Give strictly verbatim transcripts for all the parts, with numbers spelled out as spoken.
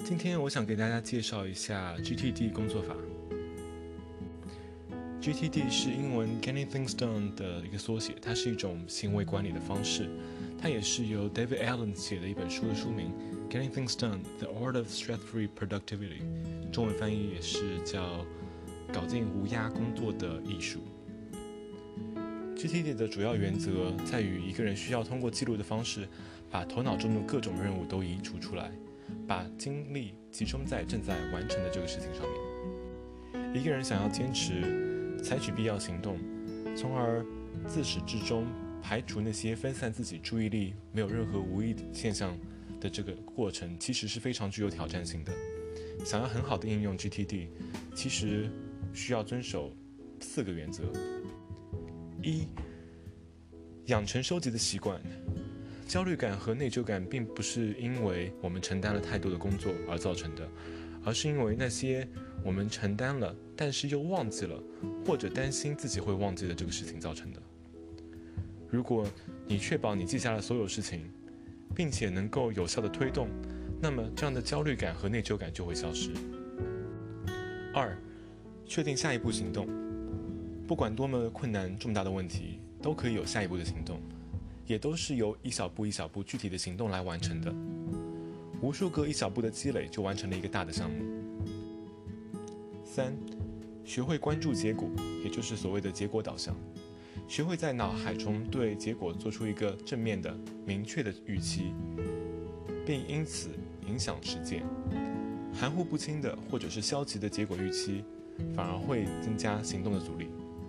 今天我想给大家介绍一下 G T D 工作法。G T D 是英文 Getting Things Done 的一个缩写，它是一种行为管理的方式。它也是由 David Allen 写的一本书的书名 Getting Things Done: The Art of Stress-Free Productivity， 中文翻译也是叫搞定无压工作的艺术。G T D 的主要原则在于一个人需要通过记录的方式，把头脑中的各种任务都移除出来，把精力集中在正在完成的这个事情上面。一个人想要坚持采取必要行动，从而自始至终排除那些分散自己注意力没有任何无意现象的这个过程，其实是非常具有挑战性的。想要很好的应用 G T D， 其实需要遵守四个原则。一、养成收集的习惯。焦虑感和内疚感并不是因为我们承担了太多的工作而造成的，而是因为那些我们承担了但是又忘记了，或者担心自己会忘记的这个事情造成的。如果你确保你记下了所有事情，并且能够有效的推动，那么这样的焦虑感和内疚感就会消失。二、确定下一步行动。不管多么困难重大的问题，都可以有下一步的行动，也都是由一小步一小步具体的行动来完成的。无数个一小步的积累就完成了一个大的项目。三、学会关注结果，也就是所谓的结果导向。学会在脑海中对结果做出一个正面的、明确的预期，并因此影响实践。含糊不清的或者是消极的结果预期，反而会增加行动的阻力。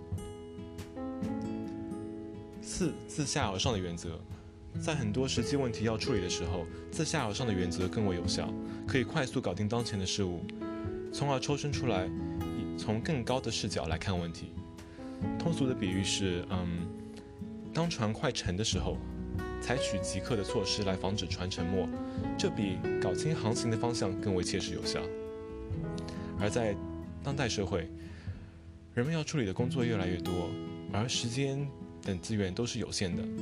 四、自下而上的原则。在很多实际问题要处理的时候，自下而上的原则更为有效，可以快速搞定当前的事物，从而抽身出来，从更高的视角来看问题。通俗的比喻是，嗯，当船快沉的时候，采取即刻的措施来防止船沉没，这比搞清航行的方向更为切实有效。而在当代社会，人们要处理的工作越来越多，而时间等资源都是有限的。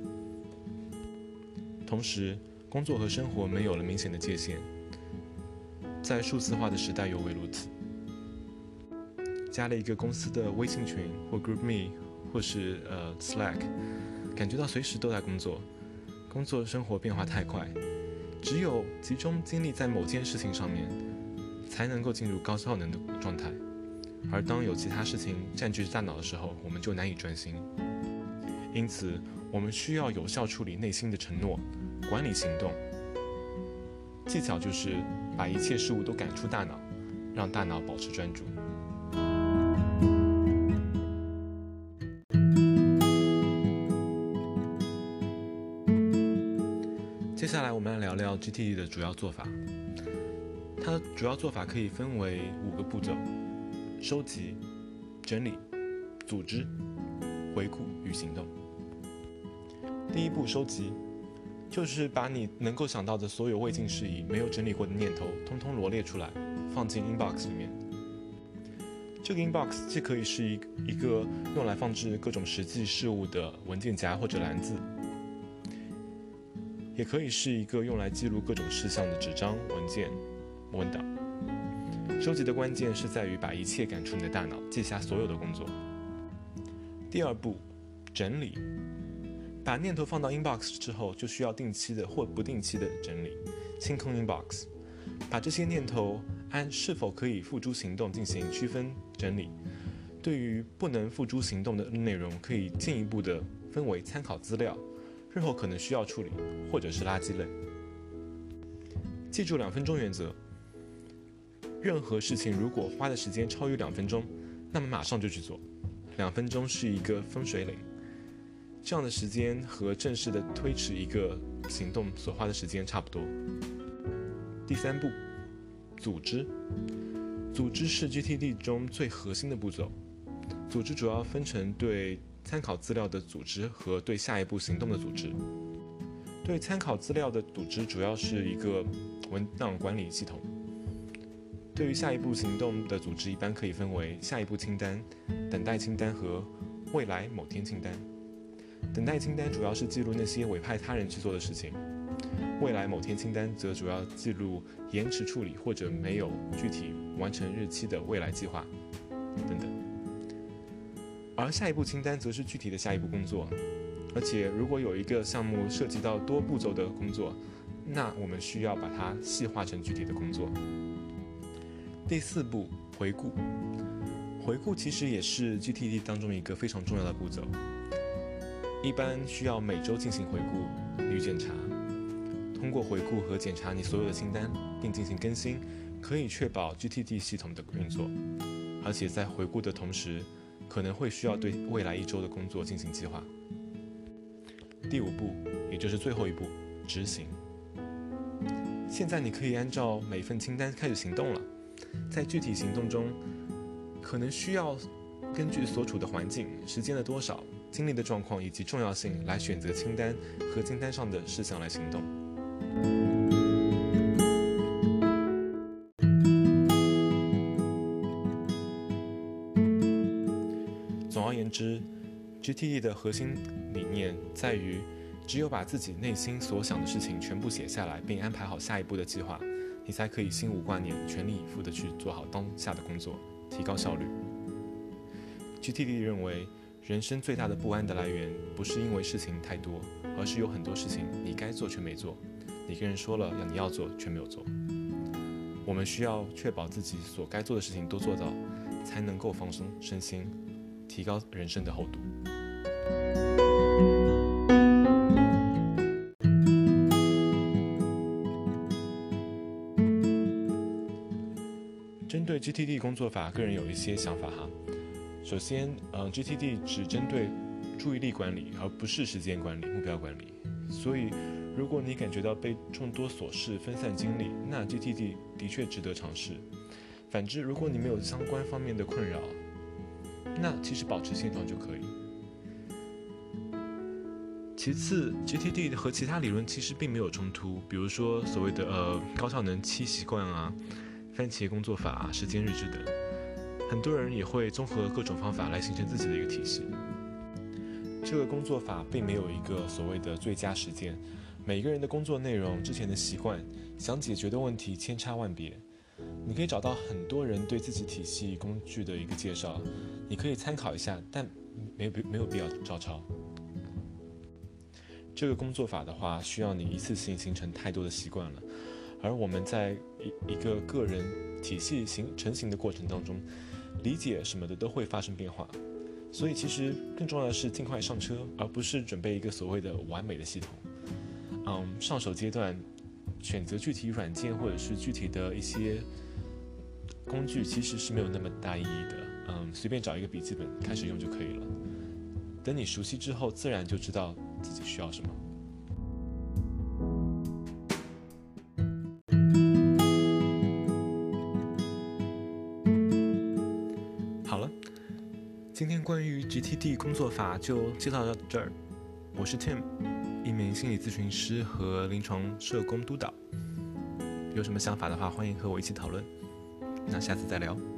同时，工作和生活没有了明显的界限，在数字化的时代尤为如此。加了一个公司的微信群或 GroupMe 或是呃 Slack， 感觉到随时都在工作。工作生活变化太快，只有集中精力在某件事情上面，才能够进入高效能的状态。而当有其他事情占据大脑的时候，我们就难以专心。因此，我们需要有效处理内心的承诺，管理行动。技巧就是把一切事物都赶出大脑，让大脑保持专注。接下来我们来聊聊 G T D 的主要做法。它的主要做法可以分为五个步骤：收集、整理、组织、回顾与行动。第一步，收集，就是把你能够想到的所有未尽事宜、没有整理过的念头，通通罗列出来，放进 inbox 里面。这个 inbox 既可以是一一个用来放置各种实际事务的文件夹或者篮子，也可以是一个用来记录各种事项的纸张、文件、文档。收集的关键是在于把一切赶出你的大脑，记下所有的工作。第二步，整理。把念头放到 inbox 之后，就需要定期的或不定期的整理，清空 inbox， 把这些念头按是否可以付诸行动进行区分整理。对于不能付诸行动的内容，可以进一步的分为参考资料，日后可能需要处理，或者是垃圾类。记住两分钟原则，任何事情如果花的时间超于两分钟，那么马上就去做。两分钟是一个分水岭。这样的时间和正式的推迟一个行动所花的时间差不多。第三步，组织。组织是 G T D 中最核心的步骤。组织主要分成对参考资料的组织和对下一步行动的组织。对参考资料的组织主要是一个文档管理系统。对于下一步行动的组织，一般可以分为下一步清单、等待清单和未来某天清单。等待清单主要是记录那些委派他人去做的事情， 未来某天清单则主要记录延迟处理或者没有具体完成日期的未来计划等等。而下一步清单则是具体的下一步工作，而且如果有一个项目涉及到多步骤的工作，那我们需要把它细化成具体的工作。第四步，回顾。回顾其实也是 G T D 当中一个非常重要的步骤，一般需要每周进行回顾与检查。通过回顾和检查你所有的清单，并进行更新，可以确保 G T D 系统的运作。而且在回顾的同时，可能会需要对未来一周的工作进行计划。第五步，也就是最后一步，执行。现在你可以按照每份清单开始行动了。在具体行动中，可能需要根据所处的环境、时间的多少、精力的状况以及重要性来选择清单和清单上的事项来行动。总而言之 ，G T D 的核心理念在于，只有把自己内心所想的事情全部写下来，并安排好下一步的计划，你才可以心无挂念、全力以赴地去做好当下的工作，提高效率。G T D 认为，人生最大的不安的来源不是因为事情太多，而是有很多事情你该做却没做，你跟人说了要你要做却没有做。我们需要确保自己所该做的事情都做到，才能够放松身心，提高人生的厚度。针对 G T D 工作法，个人有一些想法哈。首先，呃 ，G T D 只针对注意力管理，而不是时间管理、目标管理。所以，如果你感觉到被众多琐事分散精力，那 G T D 的确值得尝试。反之，如果你没有相关方面的困扰，那其实保持现状就可以。其次 ，G T D 和其他理论其实并没有冲突，比如说所谓的呃高效能七习惯啊、番茄工作法啊、时间日志等。很多人也会综合各种方法来形成自己的一个体系。这个工作法并没有一个所谓的最佳实践，每个人的工作内容、之前的习惯、想解决的问题千差万别。你可以找到很多人对自己体系工具的一个介绍，你可以参考一下，但没有没有必要照抄。这个工作法的话，需要你一次性形成太多的习惯了，而我们在一一个个人体系形成型的过程当中，理解什么的都会发生变化，所以其实更重要的是尽快上车，而不是准备一个所谓的完美的系统。嗯，上手阶段选择具体软件或者是具体的一些工具，其实是没有那么大意义的。嗯，随便找一个笔记本开始用就可以了。等你熟悉之后，自然就知道自己需要什么。好了，今天关于 G T D 工作法就介绍到这儿。我是 Tim， 一名心理咨询师和临床社工督导。有什么想法的话，欢迎和我一起讨论。那下次再聊。